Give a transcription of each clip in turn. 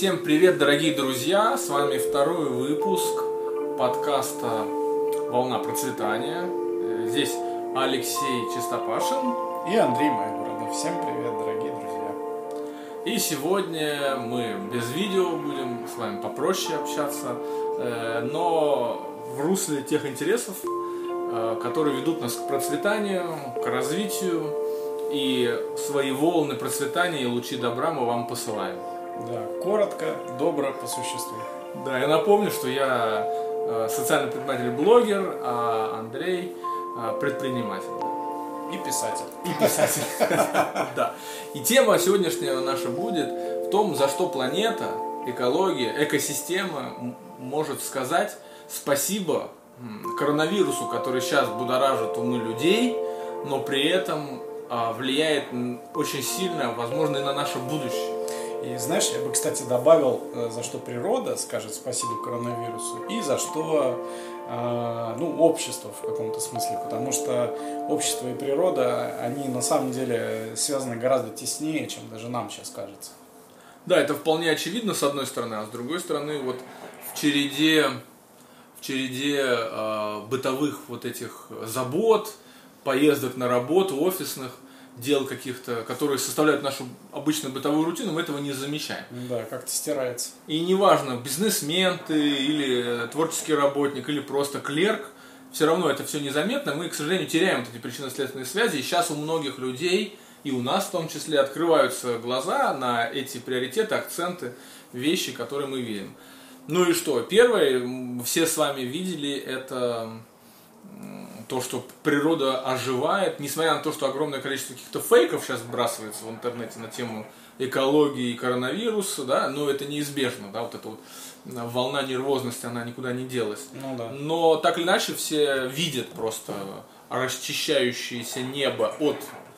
Всем привет, дорогие друзья! С вами второй выпуск подкаста «Волна процветания». Здесь Алексей Чистопашин и Андрей Майгородов. Всем привет, дорогие друзья! И сегодня мы без видео будем с вами попроще общаться, но в русле тех интересов, которые ведут нас к процветанию, к развитию, и свои волны процветания и лучи добра мы вам посылаем. Да, коротко, добро, по существу. Да, я напомню, что я социальный предприниматель-блогер, а Андрей предприниматель. И писатель. И писатель. Да. И тема сегодняшняя наша будет в том, за что планета, экология, экосистема может сказать спасибо коронавирусу, который сейчас будоражит умы людей, но при этом влияет очень сильно, возможно, и на наше будущее. И знаешь, я бы, кстати, добавил, за что природа скажет спасибо коронавирусу, и за что общество в каком-то смысле, потому что общество и природа, они на самом деле связаны гораздо теснее, чем даже нам сейчас кажется. Да, это вполне очевидно с одной стороны, а с другой стороны, вот в череде бытовых вот этих забот, поездок на работу, офисных дел каких-то, которые составляют нашу обычную бытовую рутину, мы этого не замечаем. Да, как-то стирается. И неважно, бизнесмен ты, или творческий работник, или просто клерк, все равно это все незаметно. Мы, к сожалению, теряем вот эти причинно-следственные связи. И сейчас у многих людей, и у нас в том числе, открываются глаза на эти приоритеты, акценты, вещи, которые мы видим. Ну и что? Первое, все с вами видели, это то, что природа оживает, несмотря на то, что огромное количество каких-то фейков сейчас сбрасывается в интернете на тему экологии и коронавируса, да, но это неизбежно, да, вот эта вот волна нервозности, она никуда не делась. Ну, да. Но так или иначе все видят просто расчищающееся небо от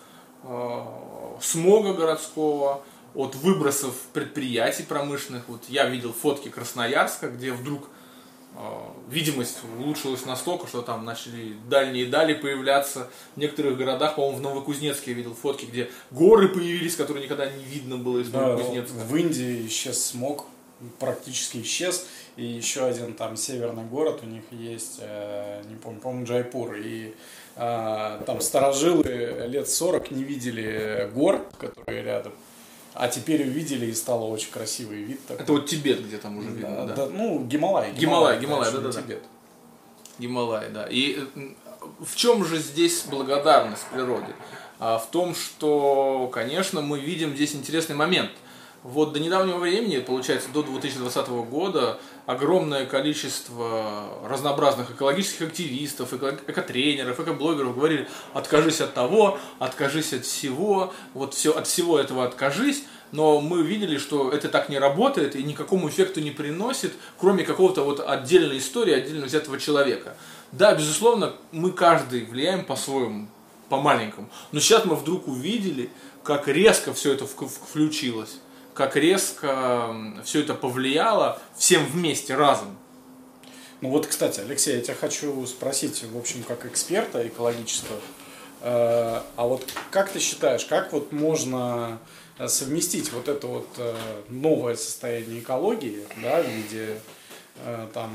смога городского, от выбросов предприятий промышленных. Вот я видел фотки Красноярска, где вдруг видимость улучшилась настолько, что там начали дальние дали появляться. В некоторых городах, по-моему, в Новокузнецке я видел фотки, где горы появились, которые никогда не видно было из Новокузнецка. В Индии исчез смог, практически исчез. И еще один там северный город у них есть, не помню, по-моему, Джайпур. И там старожилы лет 40 не видели гор, которые рядом. А теперь увидели, и стало очень красивый вид такой. Это вот Тибет, где там уже видно, да? Гималай, да. Тибет. Гималай, да. И в чем же здесь благодарность природе? В том, что, конечно, мы видим здесь интересный момент. Вот до недавнего времени, получается, до 2020 года, огромное количество разнообразных экологических активистов, экотренеров, экоблогеров говорили: откажись от того, откажись от всего, вот все, от всего этого откажись. Но мы видели, что это так не работает и никакому эффекту не приносит, кроме какого-то вот отдельной истории, отдельно взятого человека. Да, безусловно, мы каждый влияем по-своему, по-маленькому. Но сейчас мы вдруг увидели, как резко все это включилось. Как резко все это повлияло всем вместе, разом. Ну вот, кстати, Алексей, я тебя хочу спросить, в общем, как эксперта экологического, а вот как ты считаешь, как вот можно совместить вот это вот новое состояние экологии, да, в виде там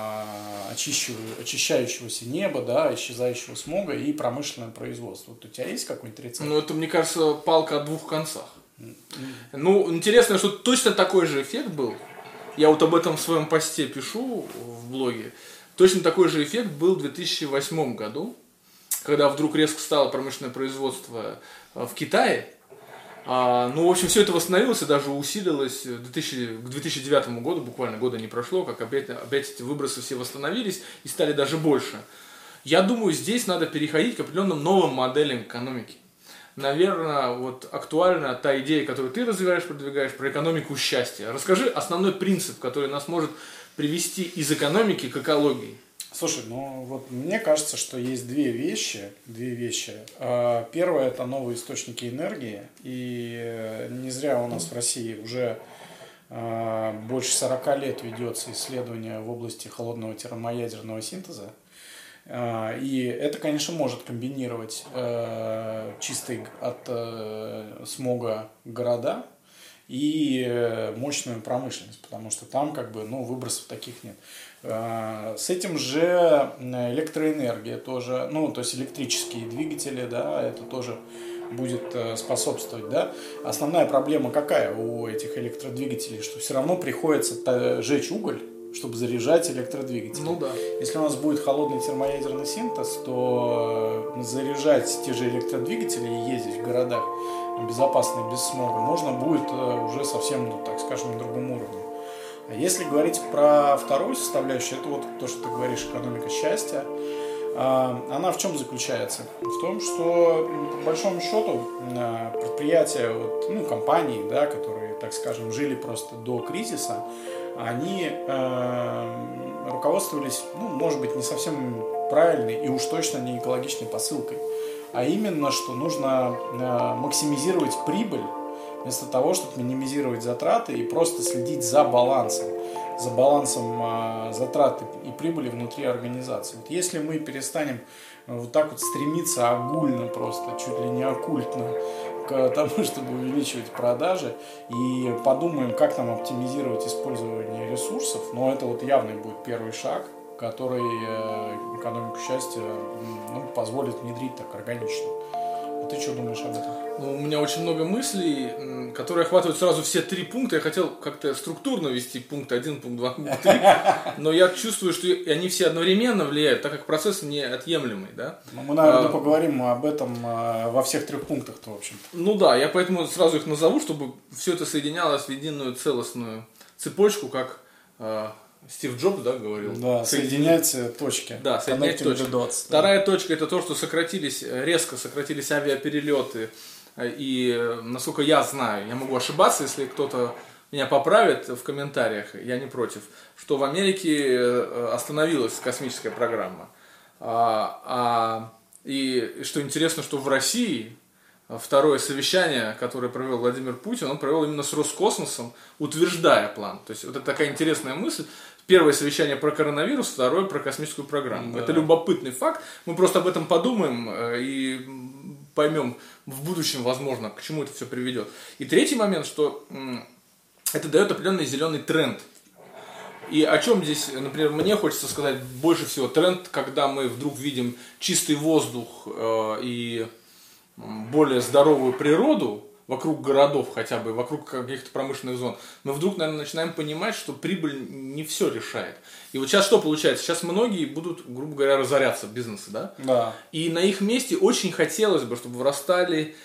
очищающегося неба, да, исчезающего смога и промышленное производство? Вот у тебя есть какой-нибудь рецепт? Ну, это, мне кажется, палка о двух концах. Ну, интересно, что точно такой же эффект был. Я вот об этом в своем посте пишу в блоге. Точно такой же эффект был в 2008 году, когда вдруг резко стало промышленное производство в Китае. В общем, все это восстановилось и даже усилилось к 2009 году, буквально года не прошло, как опять эти выбросы все восстановились и стали даже больше. Я думаю, здесь надо переходить к определенным новым моделям экономики. Наверное, вот актуальна та идея, которую ты развиваешь, продвигаешь, про экономику счастья. Расскажи основной принцип, который нас может привести из экономики к экологии. Слушай, ну вот мне кажется, что есть две вещи. Первое — это новые источники энергии. И не зря у нас в России уже больше 40 лет ведется исследование в области холодного термоядерного синтеза. И это, конечно, может комбинировать чистые от смога города и мощную промышленность, потому что там как бы, ну, выбросов таких нет. С этим же электроэнергия тоже, ну, то есть электрические двигатели, да, это тоже будет способствовать, да. Основная проблема какая у этих электродвигателей, что все равно приходится жечь уголь, чтобы заряжать электродвигатели. Ну да. Если у нас будет холодный термоядерный синтез, то заряжать те же электродвигатели и ездить в городах безопасно и без смога можно будет уже совсем, ну, так скажем, на другом уровне. А если говорить про вторую составляющую, это вот то, что ты говоришь, экономика счастья, она в чем заключается? В том, что, по большому счету, предприятия, вот, ну, компании, да, которые, так скажем, жили просто до кризиса, они руководствовались, ну, может быть, не совсем правильной и уж точно не экологичной посылкой, а именно, что нужно максимизировать прибыль вместо того, чтобы минимизировать затраты и просто следить за балансом затрат и прибыли внутри организации. Вот если мы перестанем вот так вот стремиться огульно, просто чуть ли не оккультно к тому, чтобы увеличивать продажи, и подумаем, как нам оптимизировать использование ресурсов, но это вот явный будет первый шаг, который экономику счастья, ну, позволит внедрить так органично. А ты что думаешь об этом? Ну, у меня очень много мыслей, которые охватывают сразу все 3 пункта. Я хотел как-то структурно вести пункт 1, пункт 2, пункт 3, но я чувствую, что они все одновременно влияют, так как процесс неотъемлемый, да? Ну, мы, наверное, поговорим об этом во всех 3 пунктах-то, в общем-то. Ну да, я поэтому сразу их назову, чтобы все это соединялось в единую целостную цепочку, как Стив Джобс, да, говорил. Да, соединять точки. Да, соединять точки. Dots, Вторая точка — это то, что резко сократились авиаперелеты. И, насколько я знаю, я могу ошибаться, если кто-то меня поправит в комментариях, я не против, что в Америке остановилась космическая программа. И что интересно, что в России второе совещание, которое провел Владимир Путин, он провел именно с Роскосмосом, утверждая план. То есть вот это такая интересная мысль. Первое совещание про коронавирус, второе про космическую программу. Да. Это любопытный факт. Мы просто об этом подумаем и поймем в будущем, возможно, к чему это все приведет. И третий момент, что это дает определенный зеленый тренд. И о чем здесь, например, мне хочется сказать больше всего тренд, когда мы вдруг видим чистый воздух и более здоровую природу вокруг городов хотя бы, вокруг каких-то промышленных зон, мы вдруг, наверное, начинаем понимать, что прибыль не все решает. И вот сейчас что получается? Сейчас многие будут, грубо говоря, разоряться бизнесы, да? Да. И на их месте очень хотелось бы, чтобы вырастали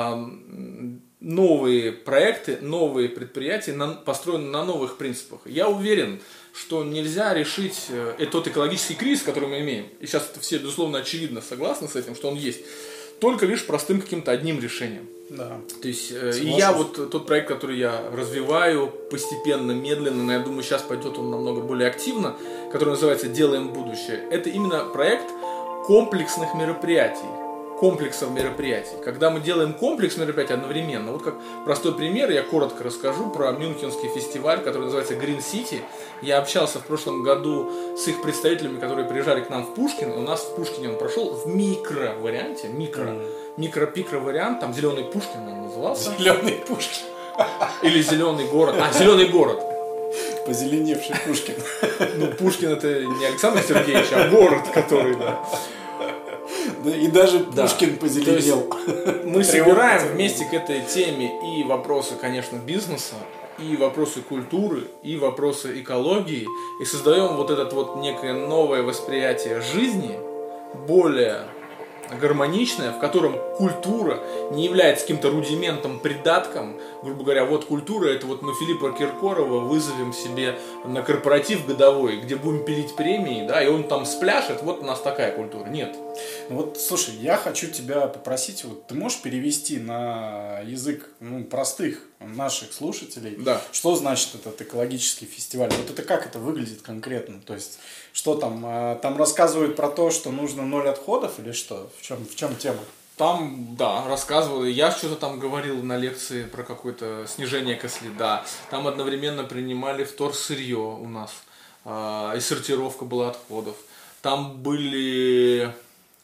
новые проекты, новые предприятия, построенные на новых принципах. Я уверен, что нельзя решить тот экологический кризис, который мы имеем, и сейчас это все, безусловно, очевидно согласны с этим, что он есть, только лишь простым каким-то одним решением. Да. То есть, и я вот тот проект, который я развиваю постепенно, медленно, но я думаю, сейчас пойдет он намного более активно, который называется «Делаем будущее». Это именно проект комплексных мероприятий. Комплексов мероприятий. Когда мы делаем комплекс мероприятий одновременно, вот как простой пример, я коротко расскажу про Мюнхенский фестиваль, который называется Green City. Я общался в прошлом году с их представителями, которые приезжали к нам в Пушкин. У нас в Пушкине он прошел в микро-варианте, микро-пикро-вариант, там Зеленый Пушкин он назывался. Зеленый Пушкин. Или Зеленый город. Зеленый город. Позеленевший Пушкин. Ну, Пушкин это не Александр Сергеевич, а город, который, да. И даже Пушкин позеленел. Мы собираем вместе к этой теме и вопросы, конечно, бизнеса, и вопросы культуры, и вопросы экологии, и создаем вот это вот некое новое восприятие жизни, более гармоничное, в котором культура не является каким-то рудиментом, придатком. Грубо говоря, вот культура, это вот мы Филиппа Киркорова вызовем себе на корпоратив годовой, где будем пилить премии, да, и он там спляшет, вот у нас такая культура. Нет. Ну вот, слушай, я хочу тебя попросить, вот ты можешь перевести на язык простых наших слушателей, да, что значит этот экологический фестиваль? Вот это как это выглядит конкретно? То есть, что там рассказывают про то, что нужно 0 отходов или что? В чем тема? Там, да, рассказывал, я что-то там говорил на лекции про какое-то снижение экоследа. Там одновременно принимали вторсырье у нас, и сортировка была отходов. Там были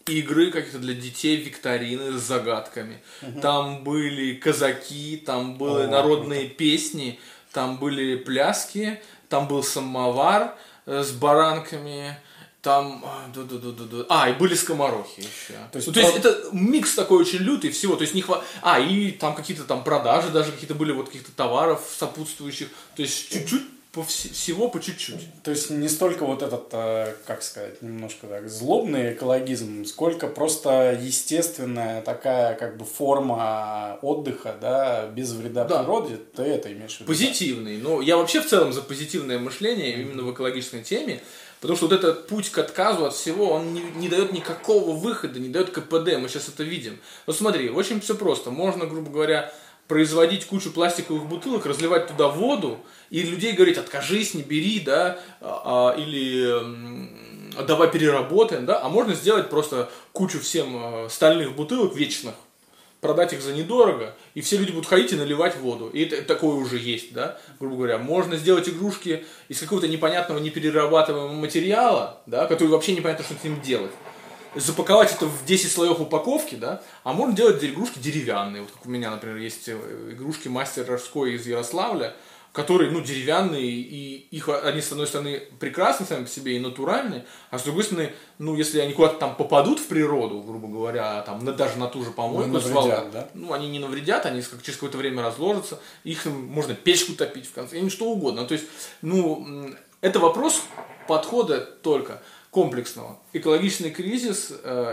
игры какие-то для детей, викторины с загадками. Там были казаки, там были народные песни, там были пляски, там был самовар с баранками. Там, и были скоморохи еще. То есть это микс такой очень лютый всего. То есть и там какие-то там продажи даже какие-то были, вот каких-то товаров сопутствующих. То есть чуть-чуть всего по чуть-чуть. То есть не столько вот этот, как сказать, немножко так злобный экологизм, сколько просто естественная такая как бы форма отдыха, да, без вреда природе. Ты это имеешь в виду? Позитивный. Но я вообще в целом за позитивное мышление именно в экологической теме. Потому что вот этот путь к отказу от всего, он не дает никакого выхода, не дает КПД, мы сейчас это видим. Вот смотри, очень все просто. Можно, грубо говоря, производить кучу пластиковых бутылок, разливать туда воду, и людей говорить, откажись, не бери, да, или давай переработаем, да, а можно сделать просто кучу всем стальных бутылок вечных, продать их за недорого, и все люди будут ходить и наливать воду. И это такое уже есть, да, грубо говоря. Можно сделать игрушки из какого-то непонятного, неперерабатываемого материала, да, который вообще непонятно, что с ним делать. Запаковать это в 10 слоев упаковки, да, а можно делать игрушки деревянные. Вот как у меня, например, есть игрушки мастер Рожской из Ярославля, которые, деревянные, и их, они, с одной стороны, прекрасны сами по себе и натуральные, а с другой стороны, если они куда-то там попадут в природу, грубо говоря, там, даже на ту же помойку, навредят, да? Они не навредят, они через какое-то время разложатся, их можно печку топить в конце, или что угодно. То есть, это вопрос подхода только комплексного. Экологический кризис,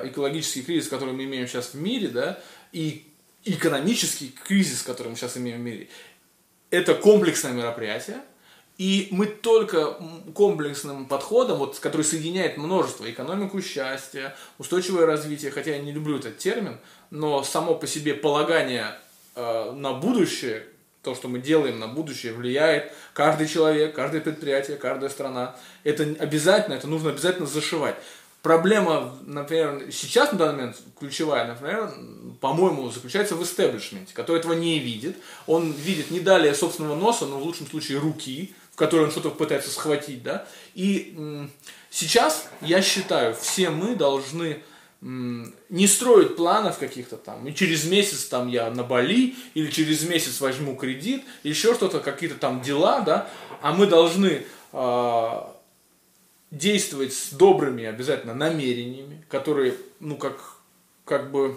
который мы имеем сейчас в мире, да, и экономический кризис, который мы сейчас имеем в мире, это комплексное мероприятие, и мы только комплексным подходом, который соединяет множество, экономику счастья, устойчивое развитие, хотя я не люблю этот термин, но само по себе полагание на будущее, то, что мы делаем на будущее, влияет каждый человек, каждое предприятие, каждая страна. Это обязательно, это нужно обязательно зашивать. Проблема, например, сейчас на данный момент ключевая, например, по-моему, заключается в истеблишменте, который этого не видит. Он видит не далее собственного носа, но в лучшем случае руки, в которой он что-то пытается схватить, да. И сейчас, я считаю, все мы должны не строить планов каких-то там, и через месяц там я на Бали, или через месяц возьму кредит, еще что-то, какие-то там дела, да, а мы должны действовать с добрыми обязательно намерениями, которые, как бы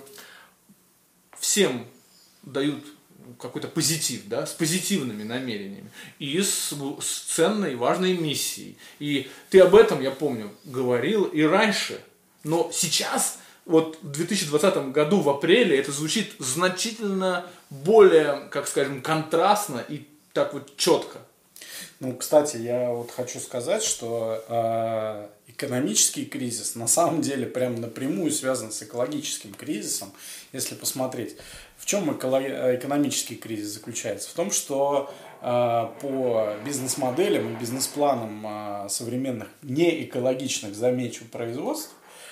всем дают какой-то позитив, да, с позитивными намерениями и с ценной, важной миссией. И ты об этом, я помню, говорил и раньше, но сейчас, вот в 2020 году, в апреле, это звучит значительно более, как скажем, контрастно и так вот четко. Кстати, я вот хочу сказать, что экономический кризис на самом деле прям напрямую связан с экологическим кризисом. Если посмотреть, в чем экономический кризис заключается? В том, что по бизнес-моделям и бизнес-планам современных неэкологичных, замечу, производств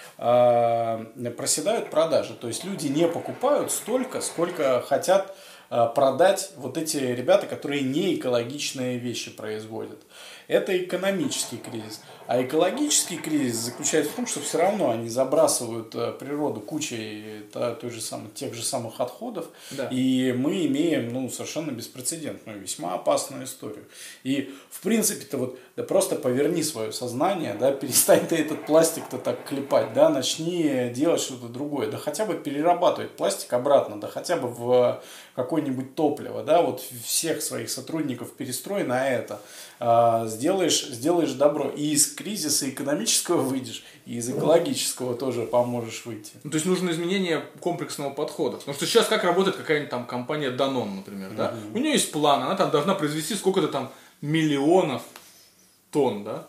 проседают продажи. То есть люди не покупают столько, сколько хотят продать вот эти ребята, которые не экологичные вещи производят. Это экономический кризис. А экологический кризис заключается в том, что все равно они забрасывают природу кучей тех же самых отходов. Да. И мы имеем совершенно беспрецедентную, весьма опасную историю. И в принципе-то просто поверни свое сознание, да, перестань ты этот пластик-то так клепать, да, начни делать что-то другое. Да хотя бы перерабатывать пластик обратно, да хотя бы в какое-нибудь топливо, да, вот всех своих сотрудников перестрой на это. Сделаешь добро. И из кризиса экономического выйдешь, и из экологического тоже поможешь выйти. То есть нужно изменение комплексного подхода. Потому что сейчас как работает какая-нибудь там компания Danone, например, да? У нее есть план, она там должна произвести сколько-то там миллионов тонн, да?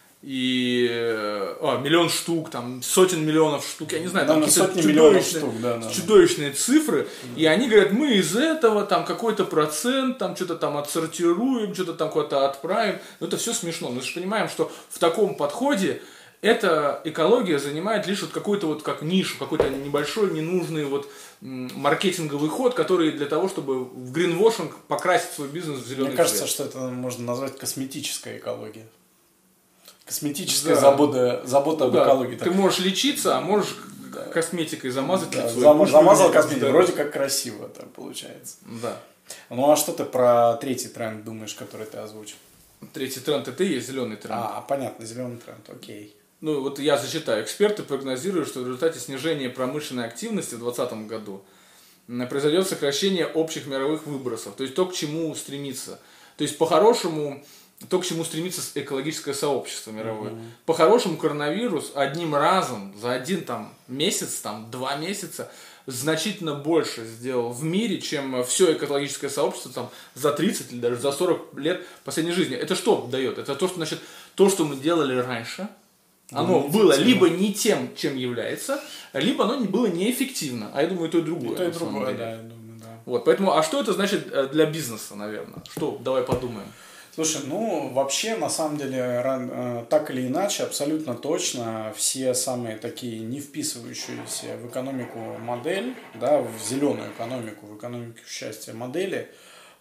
И миллион штук, там, сотен миллионов штук, я не знаю, там какие-то чудовищные цифры, и они говорят, мы из этого там какой-то процент, там что-то там отсортируем, что-то там куда-то отправим, но это все смешно, мы же понимаем, что в таком подходе эта экология занимает лишь какую-то как нишу, какой-то небольшой, ненужный маркетинговый ход, который для того, чтобы в гринвошинг покрасить свой бизнес в зеленый цвет. Мне кажется, что это можно назвать косметическая экология. Косметическая забота об экологии. Ты можешь лечиться, а можешь косметикой замазать Да, лицо. замазал косметикой, вроде как красиво там получается. Да. Ну а что ты про третий тренд думаешь, который ты озвучил? Третий тренд это и есть зеленый тренд. Понятно, зеленый тренд, окей. Ну вот я зачитаю. Эксперты прогнозируют, что в результате снижения промышленной активности в 2020 году произойдет сокращение общих мировых выбросов. То есть то, к чему стремится. То есть по-хорошему, то, к чему стремится экологическое сообщество мировое. По-хорошему коронавирус одним разом, за один месяц, 2 месяца, значительно больше сделал в мире, чем все экологическое сообщество за 30 или даже за 40 лет последней жизни. Это что дает? Это то, что мы делали раньше, оно было либо не тем, чем является, либо оно было неэффективно. А я думаю, и то, и другое. И то, и другое, да, я думаю, да. Вот, поэтому, а что это значит для бизнеса, наверное? Что? Давай подумаем. Слушай, вообще, на самом деле, так или иначе, абсолютно точно, все самые такие не вписывающиеся в экономику модель, да, в зеленую экономику, в экономику счастья модели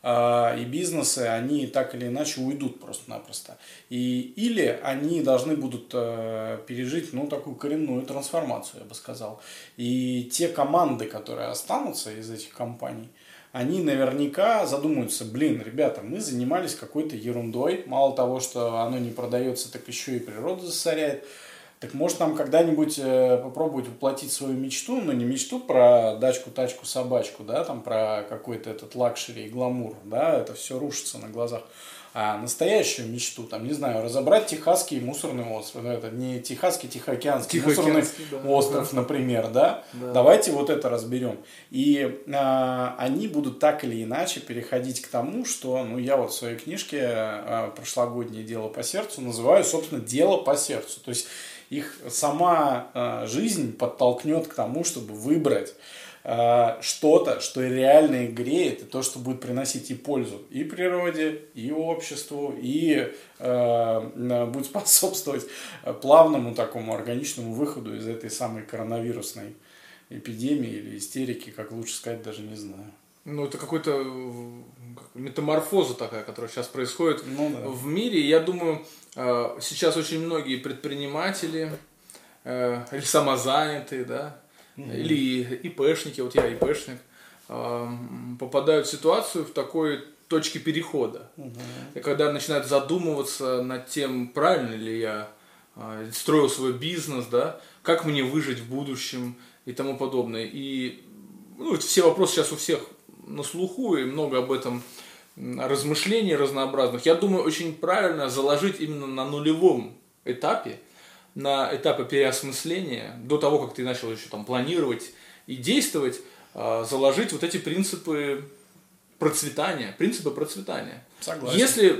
и бизнесы, они так или иначе уйдут просто-напросто. Или они должны будут пережить, такую коренную трансформацию, я бы сказал. И те команды, которые останутся из этих компаний, они наверняка задумаются, ребята, мы занимались какой-то ерундой, мало того, что оно не продается, так еще и природу засоряет. Так может нам когда-нибудь попробовать воплотить свою мечту, не мечту про дачку, тачку, собачку, да, про какой-то этот лакшери и гламур, да, это все рушится на глазах, а настоящую мечту, не знаю, разобрать Техасский мусорный остров, это не Техасский, Тихоокеанский мусорный остров, например, да, давайте вот это разберем. И они будут так или иначе переходить к тому, что, я в своей книжке прошлогоднее «Дело по сердцу» называю, собственно, «Дело по сердцу», то есть их сама жизнь подтолкнет к тому, чтобы выбрать что-то, что реально их греет, и то, что будет приносить и пользу и природе, и обществу, и будет способствовать плавному такому органичному выходу из этой самой коронавирусной эпидемии или истерики, как лучше сказать, даже не знаю. Это какой-то метаморфоза такая, которая сейчас происходит в мире. Я думаю, сейчас очень многие предприниматели или самозанятые, да, или ИПшники, вот я ИПшник, попадают в ситуацию в такой точке перехода. И когда начинают задумываться над тем, правильно ли я строил свой бизнес, да, как мне выжить в будущем и тому подобное. И все вопросы сейчас у всех на слуху, и много об этом размышлений разнообразных. Я думаю, очень правильно заложить именно на нулевом этапе, на этапе переосмысления, до того, как ты начал еще планировать и действовать, заложить вот эти принципы процветания. Согласен. Если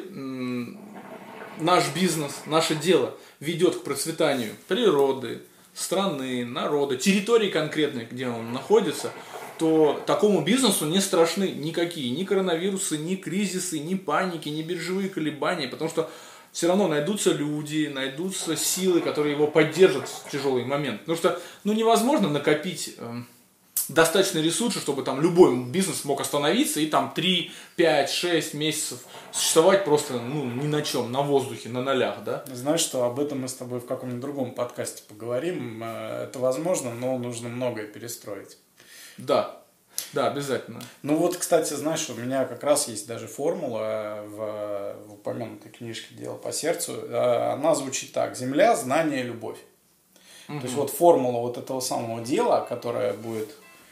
наш бизнес, наше дело ведет к процветанию природы, страны, народа, территории конкретной, где он находится, то такому бизнесу не страшны никакие ни коронавирусы, ни кризисы, ни паники, ни биржевые колебания, потому что все равно найдутся люди, найдутся силы, которые его поддержат в тяжелый момент. Потому что невозможно накопить достаточно ресурсов, чтобы любой бизнес мог остановиться и 3, 5, 6 месяцев существовать просто ни на чем, на воздухе, на нолях, да? Знаешь, что об этом мы с тобой в каком-нибудь другом подкасте поговорим. Это возможно, но нужно многое перестроить. Да, обязательно. Кстати, знаешь, у меня как раз есть даже формула в упомянутой книжке «Дело по сердцу». Она звучит так: земля, знание, любовь. То есть формула этого самого дела, которая будет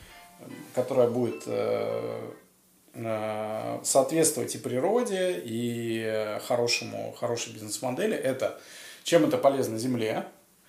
соответствовать и природе, и хорошей бизнес-модели, это чем это полезно земле,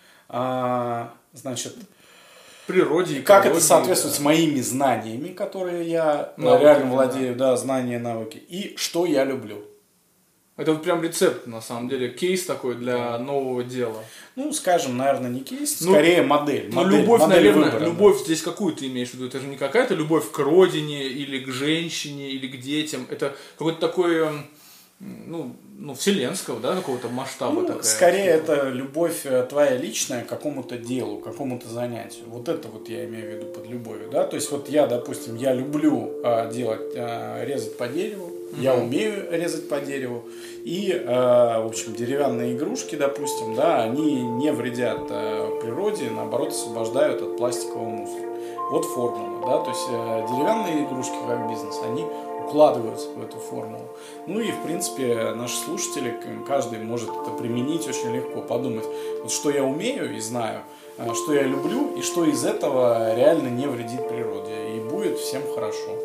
природе, как это соответствует с моими знаниями, которые я реально владею, знания, навыки, и что я люблю. Это прям рецепт, на самом деле, кейс такой для нового дела. Скажем, наверное, не кейс, скорее модель. Любовь, наверное, выбора, любовь здесь какую ты имеешь в виду? Это же не какая-то любовь к родине, или к женщине, или к детям. Это какой-то такой, ну, вселенского, да, какого-то масштаба такая. Скорее это любовь твоя личная к какому-то делу, к какому-то занятию. Вот это вот я имею в виду под любовью, да. То есть вот я, допустим, я люблю резать по дереву, я умею резать по дереву, и, в общем, деревянные игрушки, допустим, да, они не вредят природе, наоборот, освобождают от пластикового мусора. Вот формула, да, то есть деревянные игрушки как бизнес, они укладываются в эту формулу. Ну и, в принципе, наши слушатели, каждый может это применить очень легко, подумать, вот что я умею и знаю, что я люблю, и что из этого реально не вредит природе, и будет всем хорошо.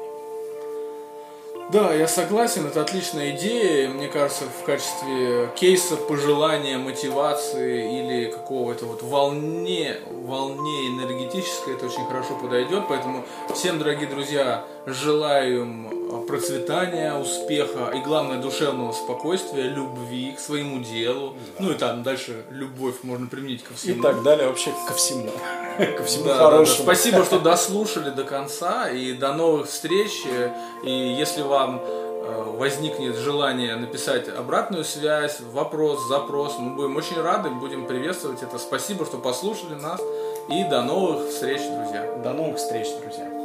Да, я согласен, это отличная идея. Мне кажется, в качестве кейса пожелания, мотивации или какого-то вот волне энергетической это очень хорошо подойдет. Поэтому всем, дорогие друзья, желаю им процветания, успеха и, главное, душевного спокойствия, любви к своему делу. Да. Ну и там дальше любовь можно применить ко всему. И так далее, вообще ко всему. Ко всему хорошему. Да. Спасибо, что дослушали до конца, и до новых встреч. И если вам возникнет желание написать обратную связь, вопрос, запрос, мы будем очень рады, будем приветствовать это. Спасибо, что послушали нас, и до новых встреч, друзья. До новых встреч, друзья.